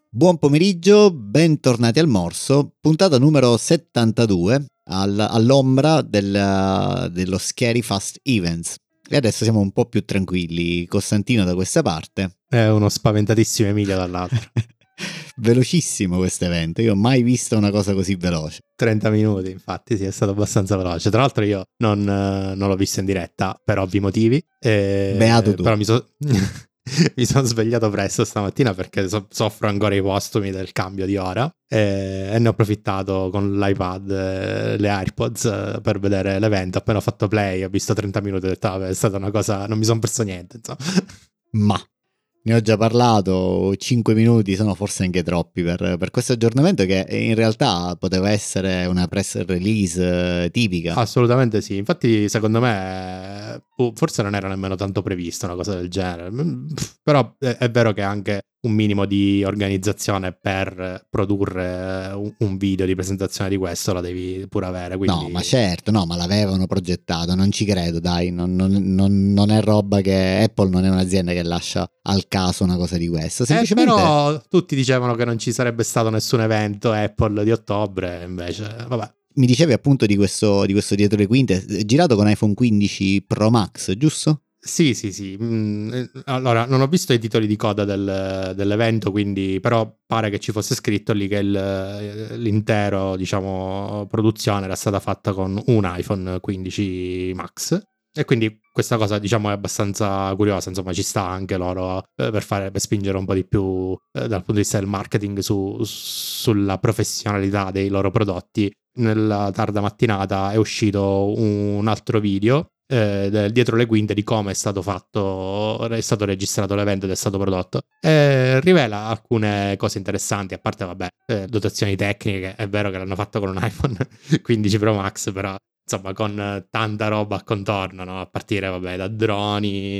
Buon pomeriggio, bentornati al Morso, puntata numero 72, all'ombra dello Scary Fast Events. E adesso siamo un po' più tranquilli, Costantino da questa parte. È uno spaventatissimo Emilio dall'altro. Velocissimo questo evento, io ho mai visto una cosa così veloce. 30 minuti, infatti, sì, è stato abbastanza veloce. Tra l'altro io non l'ho visto in diretta per ovvi motivi. Beato tu. Però mi sono svegliato presto stamattina perché soffro ancora i postumi del cambio di ora e ne ho approfittato con l'iPad, le AirPods per vedere l'evento. Appena ho fatto play, ho visto 30 minuti e ho detto, vabbè, è stata una cosa, non mi sono perso niente, insomma. Ma ne ho già parlato, 5 minuti sono forse anche troppi per questo aggiornamento che in realtà poteva essere una press release tipica. Assolutamente sì, infatti secondo me forse non era nemmeno tanto prevista una cosa del genere, però è vero che anche un minimo di organizzazione per produrre un video di presentazione di questo la devi pure avere. Quindi... No, ma certo, no, ma l'avevano progettato, non ci credo, dai, non è roba che Apple non è un'azienda che lascia al caso una cosa di questo. Semplicemente... Però tutti dicevano che non ci sarebbe stato nessun evento Apple di ottobre, invece, vabbè. Mi dicevi appunto di questo dietro le quinte, girato con iPhone 15 Pro Max, giusto? Sì. Allora, non ho visto i titoli di coda dell'evento, quindi però pare che ci fosse scritto lì che l'intero, diciamo, produzione era stata fatta con un iPhone 15 Max. E quindi questa cosa, diciamo, è abbastanza curiosa, insomma, ci sta anche loro per spingere un po' di più dal punto di vista del marketing sulla professionalità dei loro prodotti. Nella tarda mattinata è uscito un altro video dietro le quinte di come è stato registrato l'evento ed è stato prodotto, rivela alcune cose interessanti, a parte vabbè dotazioni tecniche. È vero che l'hanno fatto con un iPhone 15 Pro Max, però insomma con tanta roba a contorno, no? A partire vabbè da droni,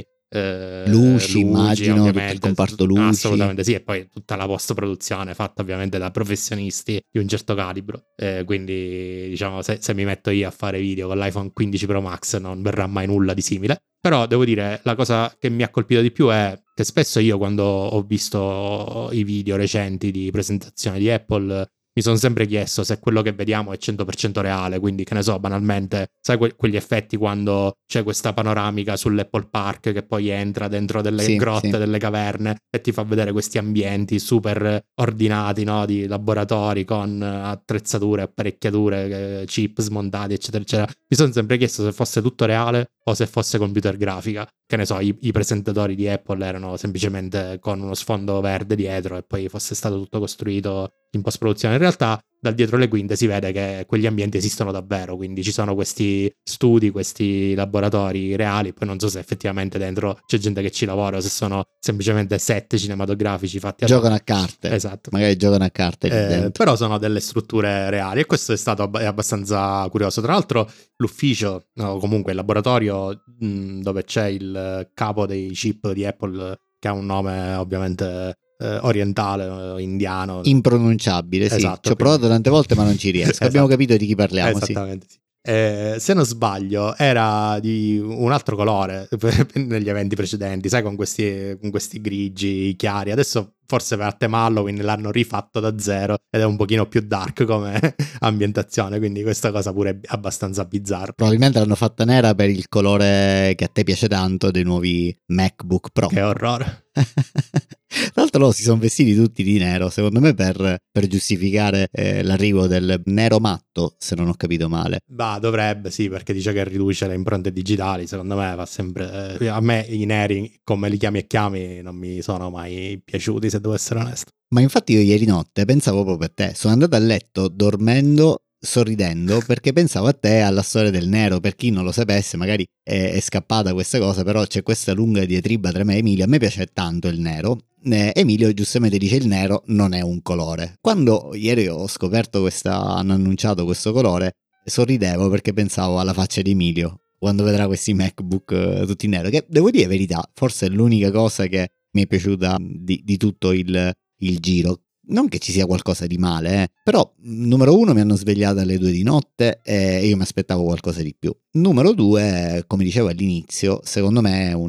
luci, immagino, tutto il comparto luci. Assolutamente sì, e poi tutta la post-produzione fatta ovviamente da professionisti di un certo calibro, quindi diciamo se mi metto io a fare video con l'iPhone 15 Pro Max non verrà mai nulla di simile. Però devo dire, la cosa che mi ha colpito di più è che spesso io, quando ho visto i video recenti di presentazione di Apple, mi sono sempre chiesto se quello che vediamo è 100% reale. Quindi, che ne so, banalmente, sai quegli effetti quando c'è questa panoramica sull'Apple Park che poi entra dentro delle grotte, delle caverne, e ti fa vedere questi ambienti super ordinati, no? Di laboratori con attrezzature, apparecchiature, chip smontati, eccetera, eccetera. Mi sono sempre chiesto se fosse tutto reale o se fosse computer grafica. Che ne so, i presentatori di Apple erano semplicemente con uno sfondo verde dietro e poi fosse stato tutto costruito in post-produzione. In realtà dal dietro le quinte si vede che quegli ambienti esistono davvero, quindi ci sono questi studi, questi laboratori reali. Poi non so se effettivamente dentro c'è gente che ci lavora o se sono semplicemente set cinematografici fatti giocano a carte. Esatto, magari giocano a carte però sono delle strutture reali, e questo è stato abbastanza curioso. Tra l'altro l'ufficio, no, comunque il laboratorio dove c'è il capo dei chip di Apple, che ha un nome ovviamente orientale, indiano, impronunciabile, sì. Esatto, ci ho provato tante volte ma non ci riesco. Esatto. Abbiamo capito di chi parliamo. Esattamente, sì. Se non sbaglio era di un altro colore negli eventi precedenti, sai, con questi grigi chiari. Adesso forse per tema Halloween l'hanno rifatto da zero ed è un pochino più dark come ambientazione, quindi questa cosa pure è abbastanza bizzarra. Probabilmente l'hanno fatta nera per il colore che a te piace tanto dei nuovi MacBook Pro. Che orrore. Tra l'altro loro si sono vestiti tutti di nero, secondo me per giustificare l'arrivo del nero matto, se non ho capito male. Bah, dovrebbe, sì, perché dice che riduce le impronte digitali. Secondo me va sempre... a me i neri, come li chiami e chiami, non mi sono mai piaciuti, se devo essere onesto. Ma infatti io ieri notte pensavo proprio a te, sono andato a letto dormendo, sorridendo, perché pensavo a te, alla storia del nero. Per chi non lo sapesse, magari è scappata questa cosa, però c'è questa lunga diatriba tra me e Emilio. A me piace tanto il nero. Emilio giustamente dice il nero non è un colore. Quando ieri ho scoperto hanno annunciato questo colore, sorridevo perché pensavo alla faccia di Emilio quando vedrà questi MacBook tutti in nero, che devo dire verità, forse è l'unica cosa che mi è piaciuta di tutto il giro. Non che ci sia qualcosa di male, però numero uno, mi hanno svegliato alle 2 di notte e io mi aspettavo qualcosa di più. Numero due, come dicevo all'inizio, secondo me è una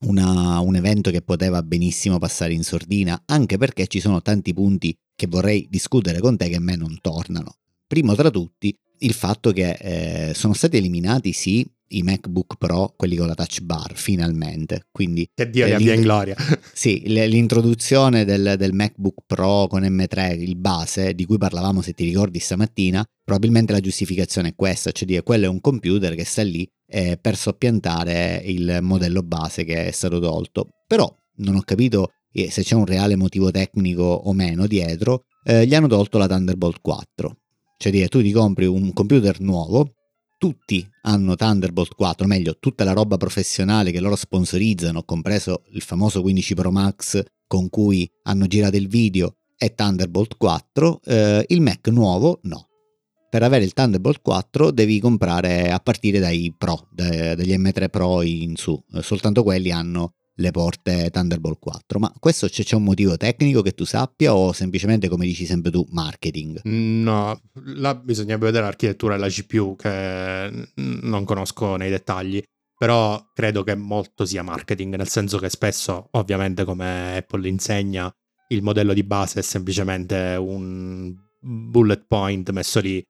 un evento che poteva benissimo passare in sordina, anche perché ci sono tanti punti che vorrei discutere con te che a me non tornano. Primo tra tutti il fatto che sono stati eliminati sì i MacBook Pro, quelli con la touch bar, finalmente. Quindi che Dio li abbia in gloria. Sì, l'introduzione del MacBook Pro con M3, il base, di cui parlavamo se ti ricordi stamattina, probabilmente la giustificazione è questa, cioè dire quello è un computer che sta lì per soppiantare il modello base che è stato tolto. Però non ho capito se c'è un reale motivo tecnico o meno dietro. Gli hanno tolto la Thunderbolt 4, cioè dire tu ti compri un computer nuovo, tutti hanno Thunderbolt 4, meglio tutta la roba professionale che loro sponsorizzano, compreso il famoso 15 Pro Max con cui hanno girato il video, è Thunderbolt 4, il Mac nuovo no. Per avere il Thunderbolt 4 devi comprare a partire dai Pro, dagli M3 Pro in su, soltanto quelli hanno le porte Thunderbolt 4. Ma questo c'è un motivo tecnico che tu sappia o semplicemente, come dici sempre tu, marketing? No, là bisognerebbe vedere l'architettura della GPU che non conosco nei dettagli, però credo che molto sia marketing, nel senso che spesso, ovviamente come Apple insegna, il modello di base è semplicemente un bullet point messo lì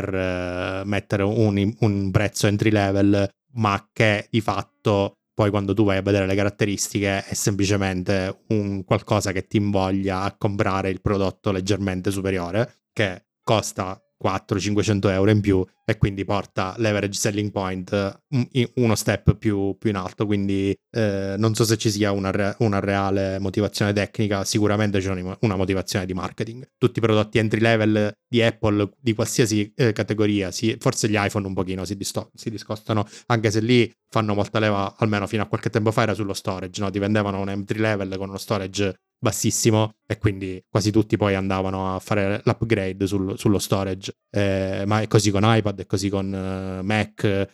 per mettere un prezzo entry level, ma che di fatto poi quando tu vai a vedere le caratteristiche è semplicemente un qualcosa che ti invoglia a comprare il prodotto leggermente superiore, che costa 400-500 euro in più e quindi porta l'average selling point uno step più in alto. Quindi non so se ci sia una reale motivazione tecnica, sicuramente c'è una motivazione di marketing. Tutti i prodotti entry level di Apple di qualsiasi categoria, forse gli iPhone un pochino si discostano, anche se lì fanno molta leva, almeno fino a qualche tempo fa era sullo storage, no? Ti vendevano un entry level con uno storage bassissimo e quindi quasi tutti poi andavano a fare l'upgrade sullo storage, ma è così con iPad, è così con Mac,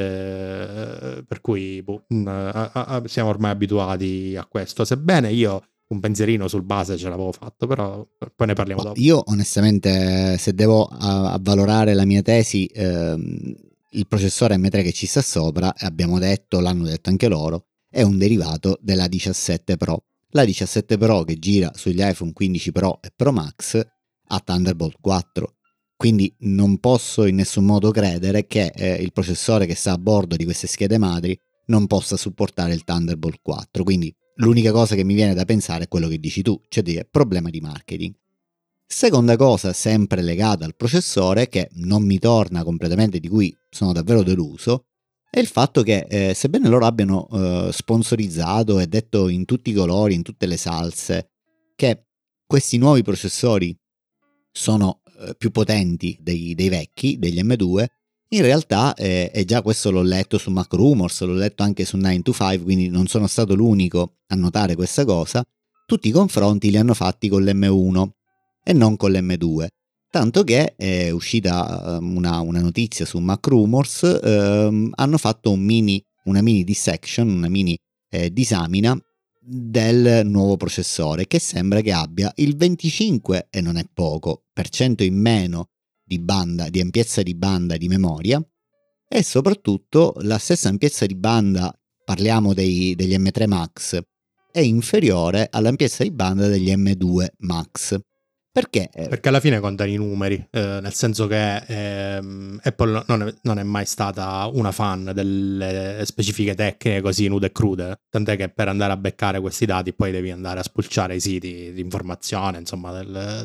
per cui siamo ormai abituati a questo, sebbene io un pensierino sul base ce l'avevo fatto, però poi ne parliamo dopo. Io onestamente, se devo avvalorare la mia tesi, il processore M3 che ci sta sopra, abbiamo detto, l'hanno detto anche loro, è un derivato della 17 Pro. La 17 Pro che gira sugli iPhone 15 Pro e Pro Max ha Thunderbolt 4, quindi non posso in nessun modo credere che il processore che sta a bordo di queste schede madri non possa supportare il Thunderbolt 4, quindi l'unica cosa che mi viene da pensare è quello che dici tu, cioè dire problema di marketing. Seconda cosa, sempre legata al processore, che non mi torna completamente, di cui sono davvero deluso, è il fatto che sebbene loro abbiano sponsorizzato e detto in tutti i colori, in tutte le salse, che questi nuovi processori sono più potenti dei vecchi, degli M2, in realtà, e già questo l'ho letto su MacRumors, l'ho letto anche su 9to5, quindi non sono stato l'unico a notare questa cosa, tutti i confronti li hanno fatti con l'M1 e non con l'M2. Tanto che è uscita una notizia su MacRumors, hanno fatto una mini dissection, una mini disamina del nuovo processore che sembra che abbia il 25, e non è poco, per cento in meno di banda, di ampiezza di banda di memoria, e soprattutto la stessa ampiezza di banda, parliamo degli M3 Max, è inferiore all'ampiezza di banda degli M2 Max. Perché? Perché alla fine contano i numeri, nel senso che Apple non è mai stata una fan delle specifiche tecniche così nude e crude, tant'è che per andare a beccare questi dati poi devi andare a spulciare i siti di informazione, insomma,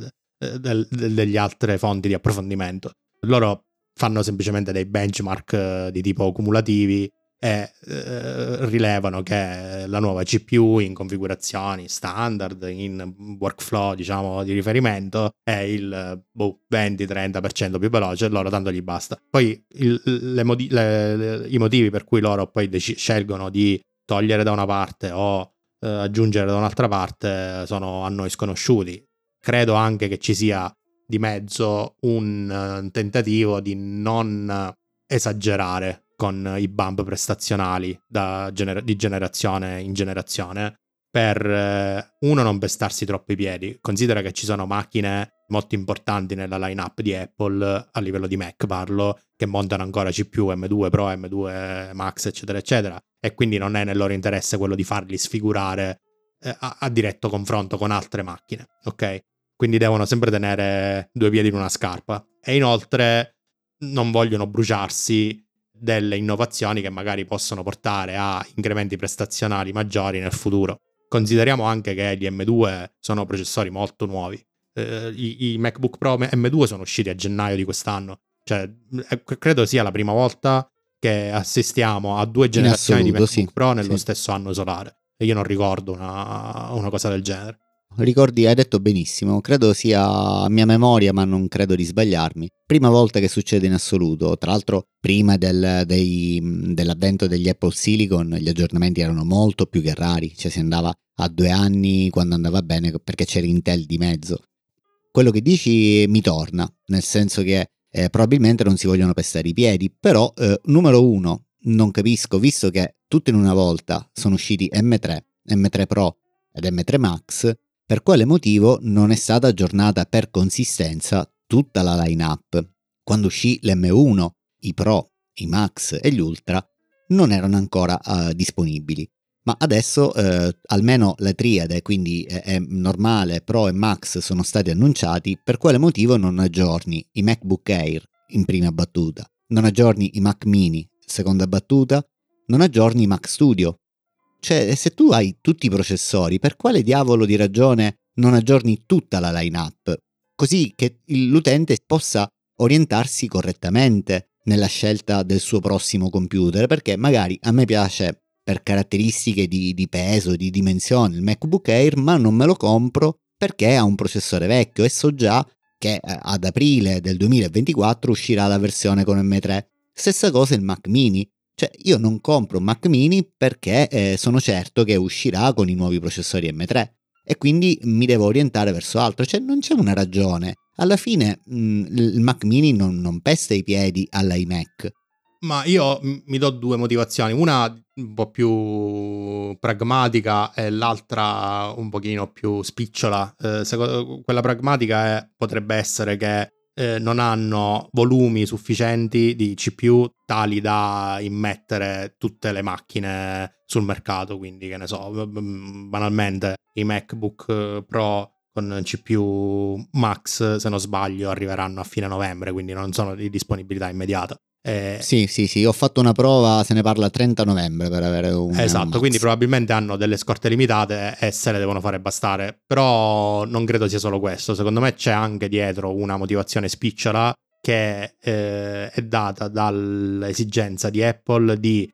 degli altre fonti di approfondimento. Loro fanno semplicemente dei benchmark di tipo cumulativi e rilevano che la nuova CPU in configurazioni standard, in workflow diciamo di riferimento, è il 20-30% più veloce, loro tanto gli basta. Poi i motivi per cui loro poi scelgono di togliere da una parte o aggiungere da un'altra parte sono a noi sconosciuti. Credo anche che ci sia di mezzo un tentativo di non esagerare con i bump prestazionali di generazione in generazione, per uno non pestarsi troppo i piedi. Considera che ci sono macchine molto importanti nella lineup di Apple, a livello di Mac parlo, che montano ancora CPU M2 Pro, M2 Max, eccetera, eccetera, e quindi non è nel loro interesse quello di farli sfigurare a diretto confronto con altre macchine, ok? Quindi devono sempre tenere due piedi in una scarpa, e inoltre non vogliono bruciarsi delle innovazioni che magari possono portare a incrementi prestazionali maggiori nel futuro. Consideriamo anche che gli M2 sono processori molto nuovi. I MacBook Pro M2 sono usciti a gennaio di quest'anno, cioè credo sia la prima volta che assistiamo a 2 generazioni di MacBook Pro nello stesso anno solare, e io non ricordo una cosa del genere. Ricordi, hai detto benissimo, credo sia a mia memoria, ma non credo di sbagliarmi. Prima volta che succede in assoluto, tra l'altro prima dell'avvento degli Apple Silicon gli aggiornamenti erano molto più che rari, cioè si andava a 2 anni quando andava bene perché c'era Intel di mezzo. Quello che dici mi torna, nel senso che probabilmente non si vogliono pestare i piedi, però numero uno, non capisco, visto che tutto in una volta sono usciti M3, M3 Pro ed M3 Max, per quale motivo non è stata aggiornata per consistenza tutta la line-up? Quando uscì l'M1, i Pro, i Max e gli Ultra non erano ancora disponibili, ma adesso almeno la triade, quindi è normale, Pro e Max sono stati annunciati. Per quale motivo non aggiorni i MacBook Air in prima battuta, non aggiorni i Mac Mini seconda battuta, non aggiorni i Mac Studio? Cioè, se tu hai tutti i processori, per quale diavolo di ragione non aggiorni tutta la line-up? Così che l'utente possa orientarsi correttamente nella scelta del suo prossimo computer, perché magari a me piace per caratteristiche di peso, di dimensione il MacBook Air, ma non me lo compro perché ha un processore vecchio e so già che ad aprile del 2024 uscirà la versione con M3. Stessa cosa il Mac Mini. Cioè, io non compro un Mac Mini perché sono certo che uscirà con i nuovi processori M3 e quindi mi devo orientare verso altro. Cioè, non c'è una ragione. Alla fine il Mac Mini non pesta i piedi all'iMac. Ma io mi do due motivazioni, una un po' più pragmatica e l'altra un pochino più spicciola. Quella pragmatica potrebbe essere che non hanno volumi sufficienti di CPU tali da immettere tutte le macchine sul mercato, quindi che ne so, banalmente i MacBook Pro con CPU Max, se non sbaglio, arriveranno a fine novembre, quindi non sono di disponibilità immediata. Sì, ho fatto una prova, se ne parla 30 novembre per avere un esatto, Max. Quindi probabilmente hanno delle scorte limitate e se le devono fare bastare, però non credo sia solo questo, secondo me c'è anche dietro una motivazione spicciola che è data dall'esigenza di Apple di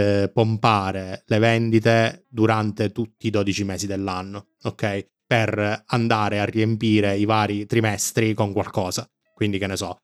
pompare le vendite durante tutti i 12 mesi dell'anno, ok? Per andare a riempire i vari trimestri con qualcosa, quindi che ne so,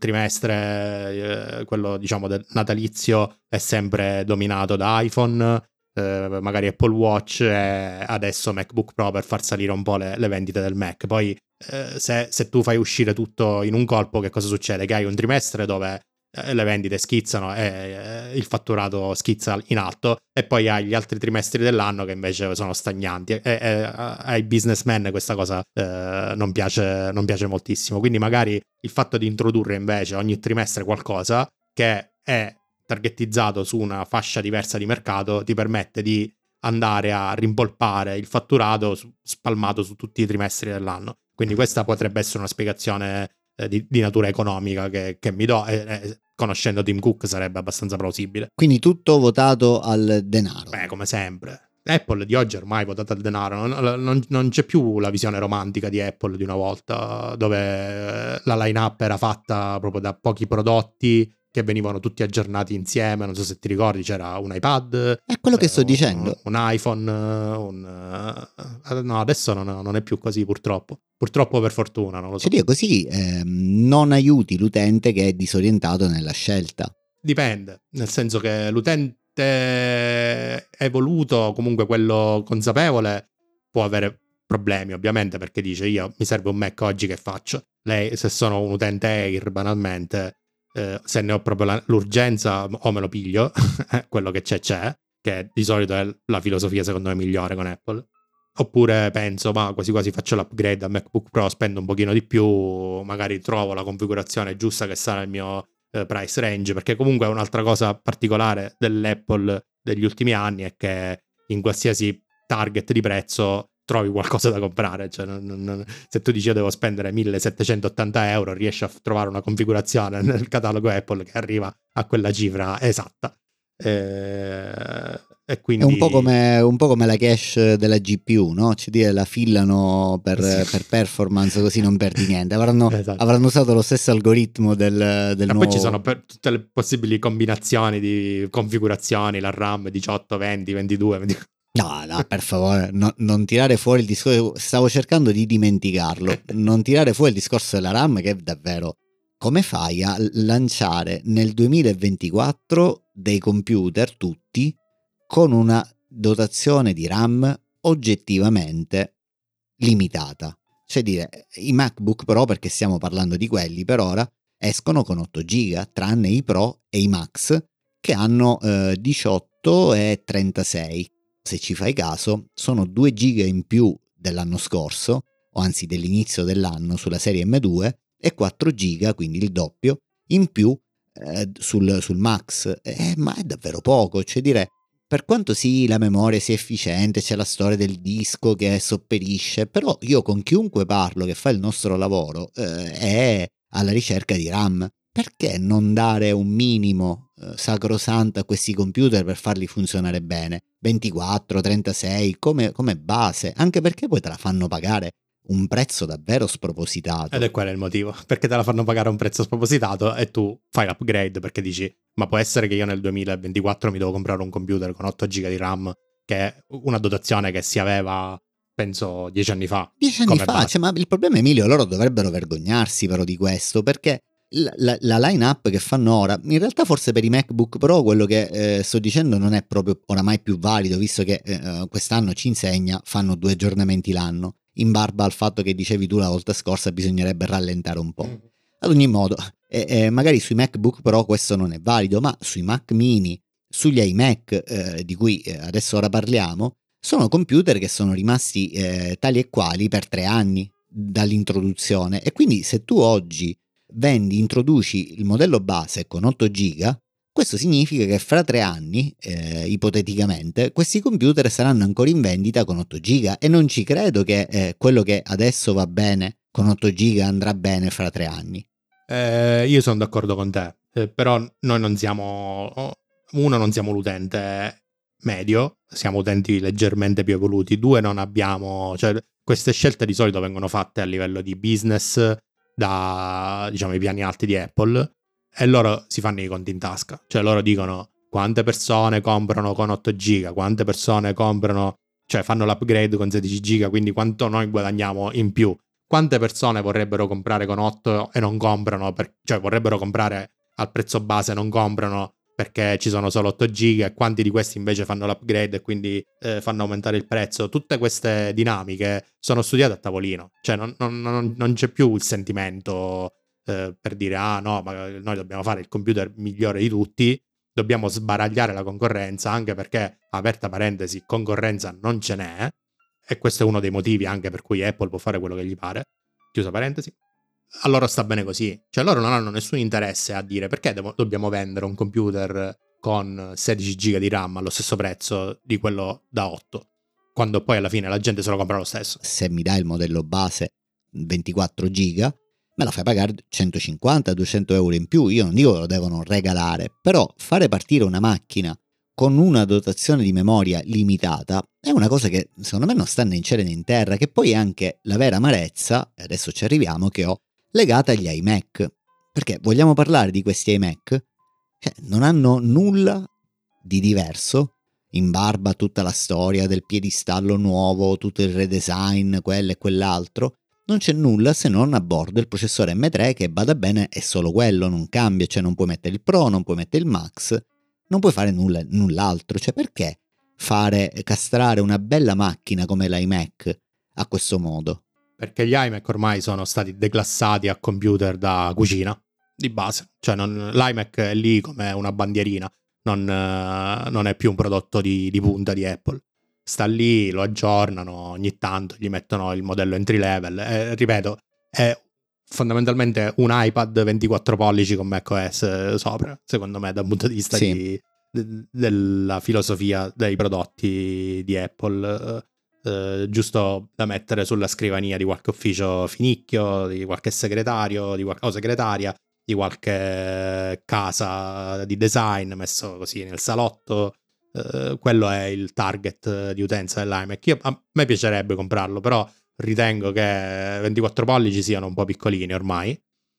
trimestre, quello diciamo del natalizio, è sempre dominato da iPhone, magari Apple Watch e adesso MacBook Pro per far salire un po' le vendite del Mac. Poi se tu fai uscire tutto in un colpo, che cosa succede? Che hai un trimestre dove le vendite schizzano e il fatturato schizza in alto, e poi hai gli altri trimestri dell'anno che invece sono stagnanti, e ai businessmen questa cosa non piace moltissimo. Quindi magari il fatto di introdurre invece ogni trimestre qualcosa che è targettizzato su una fascia diversa di mercato ti permette di andare a rimpolpare il fatturato spalmato su tutti i trimestri dell'anno. Quindi questa potrebbe essere una spiegazione di natura economica che mi do, e conoscendo Tim Cook sarebbe abbastanza plausibile. Quindi tutto votato al denaro. Beh, come sempre. Apple di oggi è ormai votata al denaro, non c'è più la visione romantica di Apple di una volta, dove la line-up era fatta proprio da pochi prodotti che venivano tutti aggiornati insieme. Non so se ti ricordi, c'era un iPad, è quello che sto dicendo, un iPhone, no, adesso non è più così, purtroppo per fortuna, non lo so. Cioè, così non aiuti l'utente che è disorientato nella scelta. Dipende, nel senso che l'utente evoluto, comunque quello consapevole, può avere problemi ovviamente, perché dice: io mi serve un Mac oggi, che faccio? Lei, se sono un utente Air banalmente, se ne ho proprio l'urgenza, o me lo piglio quello che c'è, che di solito è la filosofia secondo me migliore con Apple. Oppure penso, ma quasi quasi faccio l'upgrade al MacBook Pro, spendo un pochino di più, magari trovo la configurazione giusta che sta nel mio price range, perché comunque un'altra cosa particolare dell'Apple degli ultimi anni è che in qualsiasi target di prezzo trovi qualcosa da comprare, cioè se tu dici io devo spendere 1780 euro, riesci a trovare una configurazione nel catalogo Apple che arriva a quella cifra esatta. E È quindi un po' come la cache della GPU, no? Cioè la fillano sì. per performance, così non perdi niente. Avranno, Esatto. avranno usato lo stesso algoritmo del Ma nuovo. poi ci sono tutte le possibili combinazioni di configurazioni, la RAM 18, 20, 22. No, per favore, non tirare fuori il discorso. Stavo cercando di dimenticarlo. Non tirare fuori il discorso della RAM, che è davvero. Come fai a lanciare nel 2024 dei computer tutti con una dotazione di RAM oggettivamente limitata? Cioè dire, i MacBook Pro, perché stiamo parlando di quelli per ora, escono con 8 giga, tranne i Pro e i Max che hanno 18 e 36. Se ci fai caso, sono 2 giga in più dell'anno scorso, o anzi dell'inizio dell'anno sulla serie M2, e 4 giga, quindi il doppio, in più sul Max. Ma è davvero poco, cioè dire, per quanto sì la memoria sia efficiente, c'è la storia del disco che sopperisce, però io con chiunque parlo che fa il nostro lavoro è alla ricerca di RAM. Perché non dare un minimo sacrosanto a questi computer per farli funzionare bene? 24, 36 come base, anche perché poi te la fanno pagare un prezzo davvero spropositato. Ed è quello il motivo, perché te la fanno pagare a un prezzo spropositato e tu fai l'upgrade perché dici, ma può essere che io nel 2024 mi devo comprare un computer con 8 giga di RAM, che è una dotazione che si aveva, penso, 10 anni fa. 10 anni Come fa, base. cioè, ma il problema, Emilio, loro dovrebbero vergognarsi però di questo, perché la line-up che fanno ora, in realtà forse per i MacBook Pro quello che sto dicendo non è proprio oramai più valido, visto che quest'anno ci insegna, fanno 2 aggiornamenti l'anno, in barba al fatto che dicevi tu la volta scorsa bisognerebbe rallentare un po'. Ad ogni modo, magari sui MacBook Pro questo non è valido, ma sui Mac mini, sugli iMac di cui adesso ora parliamo, sono computer che sono rimasti tali e quali per 3 anni dall'introduzione, e quindi se tu oggi introduci il modello base con 8 giga, questo significa che fra 3 anni, ipoteticamente, questi computer saranno ancora in vendita con 8 giga, e non ci credo che quello che adesso va bene con 8 giga andrà bene fra 3 anni. Io sono d'accordo con te, però noi non siamo, uno, non siamo l'utente medio, siamo utenti leggermente più evoluti, due, non abbiamo, cioè queste scelte di solito vengono fatte a livello di business da, diciamo, i piani alti di Apple, e loro si fanno i conti in tasca, cioè loro dicono quante persone comprano con 8 giga, quante persone comprano, cioè fanno l'upgrade con 16 giga, quindi quanto noi guadagniamo in più. Quante persone vorrebbero comprare con 8 e non comprano, cioè vorrebbero comprare al prezzo base e non comprano perché ci sono solo 8 giga, e quanti di questi invece fanno l'upgrade e quindi fanno aumentare il prezzo? Tutte queste dinamiche sono studiate a tavolino, cioè non c'è più il sentimento per dire ah no, ma noi dobbiamo fare il computer migliore di tutti, dobbiamo sbaragliare la concorrenza, anche perché, aperta parentesi, concorrenza non ce n'è. E questo è uno dei motivi anche per cui Apple può fare quello che gli pare, chiusa parentesi. A loro sta bene così, cioè loro non hanno nessun interesse a dire perché dobbiamo vendere un computer con 16 giga di RAM allo stesso prezzo di quello da 8, quando poi alla fine la gente se lo compra lo stesso. Se mi dai il modello base 24 giga, me la fai pagare 150-200 euro in più. Io non dico che lo devono regalare, però fare partire una macchina con una dotazione di memoria limitata è una cosa che secondo me non sta né in cielo né in terra, che poi è anche la vera amarezza, e adesso ci arriviamo, che ho legata agli iMac. Perché vogliamo parlare di questi iMac? Non hanno nulla di diverso, in barba a tutta la storia del piedistallo nuovo, tutto il redesign, quello e quell'altro. Non c'è nulla se non a bordo il processore M3 che, bada bene, è solo quello, non cambia, cioè non puoi mettere il Pro, non puoi mettere il Max, non puoi fare null'altro. Cioè perché castrare una bella macchina come l'iMac a questo modo? Perché gli iMac ormai sono stati declassati a computer da cucina, di base. Cioè l'iMac è lì come una bandierina, non è più un prodotto di punta di Apple. sta lì, lo aggiornano ogni tanto, gli mettono il modello entry level, ripeto, è fondamentalmente un iPad 24 pollici con macOS sopra, secondo me, dal punto di vista della filosofia dei prodotti di Apple, giusto da mettere sulla scrivania di qualche ufficio finicchio, di qualche segretario, o segretaria, di qualche casa di design messo così nel salotto. Quello è il target di utenza dell'iMac. A me piacerebbe comprarlo, però ritengo che 24 pollici siano un po' piccolini ormai,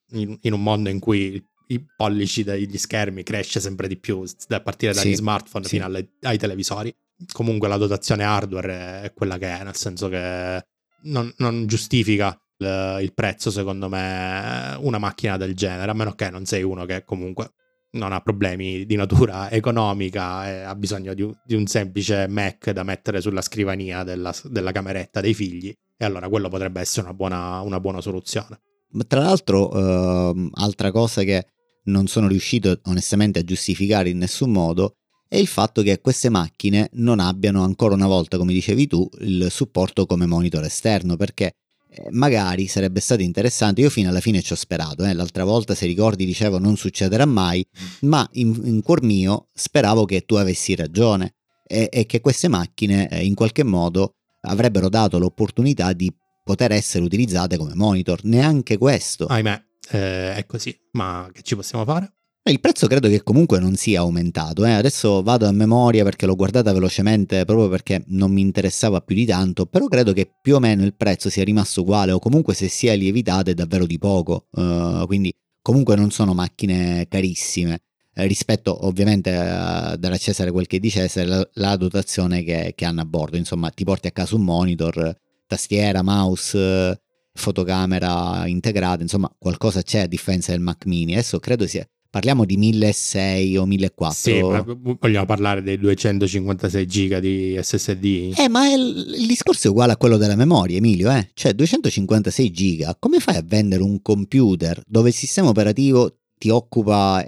in un mondo in cui i pollici degli schermi cresce sempre di più, a partire dagli smartphone fino ai televisori. Comunque la dotazione hardware è quella che è, nel senso che non giustifica il prezzo, secondo me, una macchina del genere, a meno che non sei uno che comunque non ha problemi di natura economica e ha bisogno di un semplice Mac da mettere sulla scrivania della cameretta dei figli, e allora quello potrebbe essere una buona soluzione. Tra l'altro, altra cosa che non sono riuscito onestamente a giustificare in nessun modo è il fatto che queste macchine non abbiano ancora una volta, come dicevi tu, il supporto come monitor esterno, perché magari sarebbe stato interessante. Io fino alla fine ci ho sperato, l'altra volta, se ricordi, dicevo non succederà mai, ma in cuor mio speravo che tu avessi ragione e che queste macchine in qualche modo avrebbero dato l'opportunità di poter essere utilizzate come monitor. Neanche questo. Ahimè, è così, ma che ci possiamo fare? Il prezzo credo che comunque non sia aumentato, Adesso vado a memoria perché l'ho guardata velocemente proprio perché non mi interessava più di tanto, però credo che più o meno il prezzo sia rimasto uguale, o comunque se sia lievitato è davvero di poco, quindi comunque non sono macchine carissime, rispetto ovviamente a dare a Cesare quel che è di Cesare, la dotazione che hanno a bordo. Insomma, ti porti a casa un monitor, tastiera, mouse, fotocamera integrata, insomma qualcosa c'è a differenza del Mac mini. Adesso credo parliamo di 1600 o 1400. Sì, ma vogliamo parlare dei 256 giga di SSD? Ma il discorso è uguale a quello della memoria, Emilio, Cioè 256 giga, come fai a vendere un computer dove il sistema operativo ti occupa,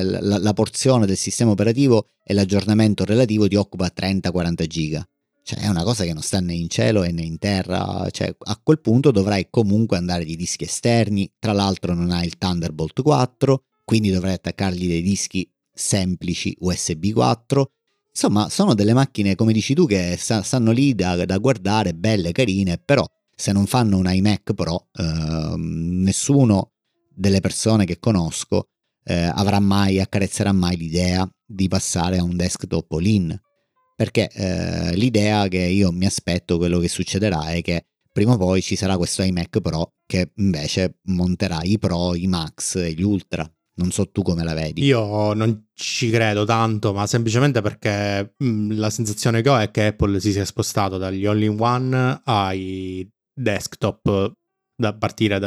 la porzione del sistema operativo e l'aggiornamento relativo ti occupa 30-40 giga? Cioè è una cosa che non sta né in cielo né in terra. Cioè a quel punto dovrai comunque andare di dischi esterni, tra l'altro non hai il Thunderbolt 4, quindi dovrai attaccargli dei dischi semplici USB 4. Insomma, sono delle macchine, come dici tu, che stanno lì da guardare, belle, carine, però se non fanno un iMac Pro, nessuno delle persone che conosco accarezzerà mai l'idea di passare a un desktop all-in, perché l'idea che io mi aspetto, quello che succederà, è che prima o poi ci sarà questo iMac Pro che invece monterà i Pro, i Max e gli Ultra. Non so tu come la vedi. Io non ci credo tanto, ma semplicemente perché la sensazione che ho è che Apple si sia spostato dagli all-in-one ai desktop, da partire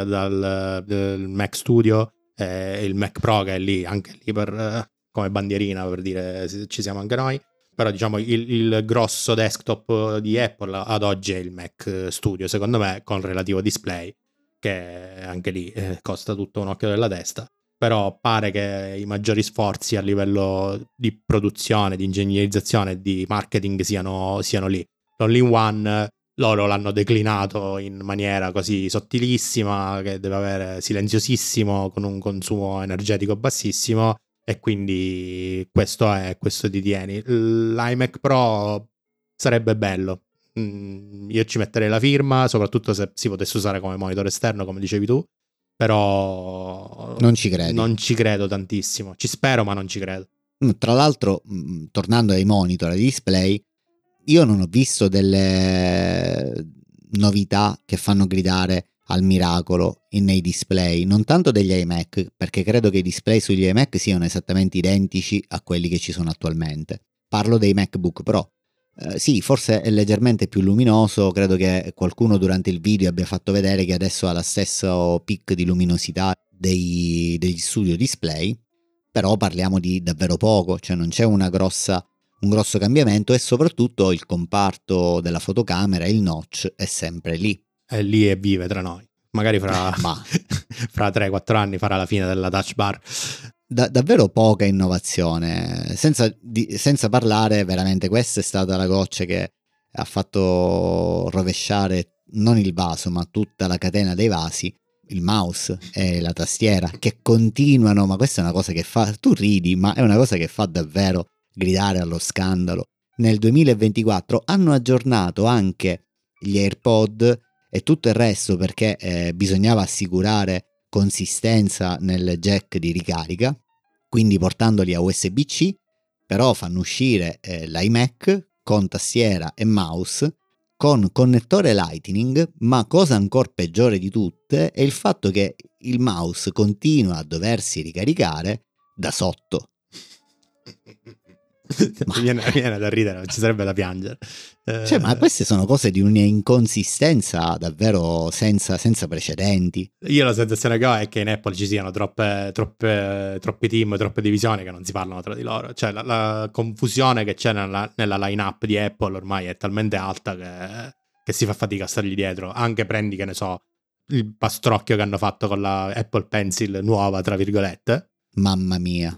dal Mac Studio e il Mac Pro, che è lì, anche lì come bandierina, per dire ci siamo anche noi. Però diciamo il grosso desktop di Apple ad oggi è il Mac Studio, secondo me, con relativo display, che anche lì costa tutto un occhio della testa. Però pare che i maggiori sforzi a livello di produzione, di ingegnerizzazione, di marketing siano lì. L'all-in-one loro l'hanno declinato in maniera così sottilissima, che deve avere silenziosissimo, con un consumo energetico bassissimo, e quindi questo ti tieni. L'iMac Pro sarebbe bello. Io ci metterei la firma, soprattutto se si potesse usare come monitor esterno, come dicevi tu. Però non ci credi? Non ci credo tantissimo. Ci spero, ma non ci credo. Tra l'altro, tornando ai monitor, ai display, io non ho visto delle novità che fanno gridare al miracolo nei display, non tanto degli iMac, perché credo che i display sugli iMac siano esattamente identici a quelli che ci sono attualmente. Parlo dei MacBook Pro. Sì, forse è leggermente più luminoso, credo che qualcuno durante il video abbia fatto vedere che adesso ha lo stesso peak di luminosità degli studio display, però parliamo di davvero poco, cioè non c'è un grosso cambiamento, e soprattutto il comparto della fotocamera, il notch, è sempre lì. È lì e vive tra noi. Magari fra 3-4 anni farà la fine della touch bar. Davvero poca innovazione, senza parlare, veramente questa è stata la goccia che ha fatto rovesciare non il vaso ma tutta la catena dei vasi, il mouse e la tastiera, che continuano, ma questa è una cosa che fa, tu ridi, ma è una cosa che fa davvero gridare allo scandalo. Nel 2024 hanno aggiornato anche gli AirPod e tutto il resto perché bisognava assicurare consistenza nel jack di ricarica, quindi portandoli a USB-C, però fanno uscire l'iMac con tastiera e mouse con connettore Lightning, ma cosa ancora peggiore di tutte è il fatto che il mouse continua a doversi ricaricare da sotto. Mi viene da ridere, non ci sarebbe da piangere. Cioè, ma queste sono cose di un'inconsistenza davvero senza precedenti. Io la sensazione che ho è che in Apple ci siano troppi team, troppe divisioni che non si parlano tra di loro. Cioè la confusione che c'è nella line-up di Apple ormai è talmente alta che si fa fatica a stargli dietro. Anche prendi, che ne so, il pastrocchio che hanno fatto con la Apple Pencil nuova, tra virgolette. Mamma mia.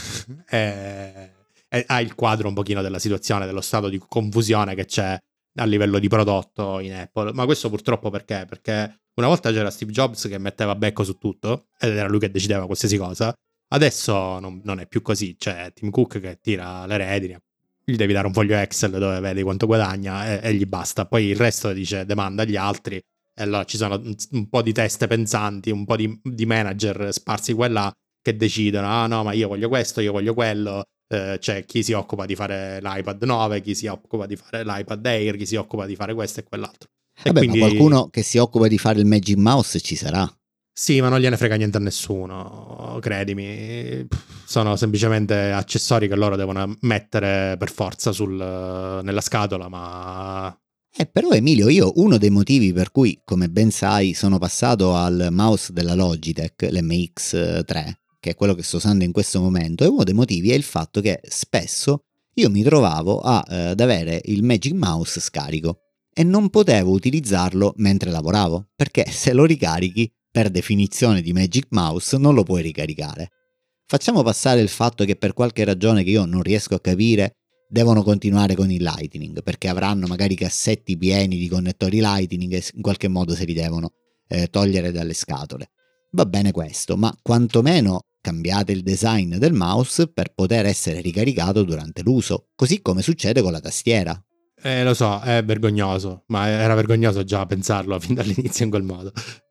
Ha il quadro un pochino della situazione, dello stato di confusione che c'è a livello di prodotto in Apple. Ma questo purtroppo perché? Perché una volta c'era Steve Jobs che metteva becco su tutto ed era lui che decideva qualsiasi cosa. Adesso non è più così. C'è Tim Cook che tira le redini, gli devi dare un foglio Excel dove vedi quanto guadagna e gli basta. Poi il resto dice demanda agli altri. E allora ci sono un po' di teste pensanti, un po' di manager sparsi qua e là che decidono: ah no, ma io voglio questo, io voglio quello. C'è chi si occupa di fare l'iPad 9, chi si occupa di fare l'iPad Air, chi si occupa di fare questo e quell'altro. Vabbè, quindi... ma qualcuno che si occupa di fare il Magic Mouse ci sarà. Sì, ma non gliene frega niente a nessuno, credimi. Sono semplicemente accessori che loro devono mettere per forza nella scatola, ma... Però Emilio, io uno dei motivi per cui, come ben sai, sono passato al mouse della Logitech, l'MX3, che è quello che sto usando in questo momento, e uno dei motivi è il fatto che spesso io mi trovavo ad avere il Magic Mouse scarico e non potevo utilizzarlo mentre lavoravo, perché se lo ricarichi, per definizione di Magic Mouse, non lo puoi ricaricare. Facciamo passare il fatto che per qualche ragione che io non riesco a capire devono continuare con il Lightning, perché avranno magari cassetti pieni di connettori Lightning e in qualche modo se li devono togliere dalle scatole. Va bene questo, ma quantomeno cambiate il design del mouse per poter essere ricaricato durante l'uso, così come succede con la tastiera. Lo so, è vergognoso, ma era vergognoso già pensarlo fin dall'inizio in quel modo.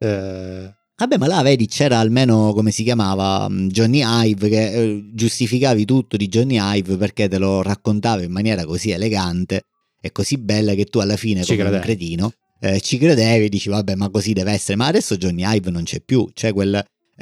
Vabbè, ma là vedi, c'era almeno, come si chiamava, Johnny Ive, che giustificavi tutto di Johnny Ive perché te lo raccontava in maniera così elegante e così bella che tu alla fine, come un cretino, ci credevi e dici vabbè, ma così deve essere. Ma adesso Johnny Ive non c'è più, cioè quel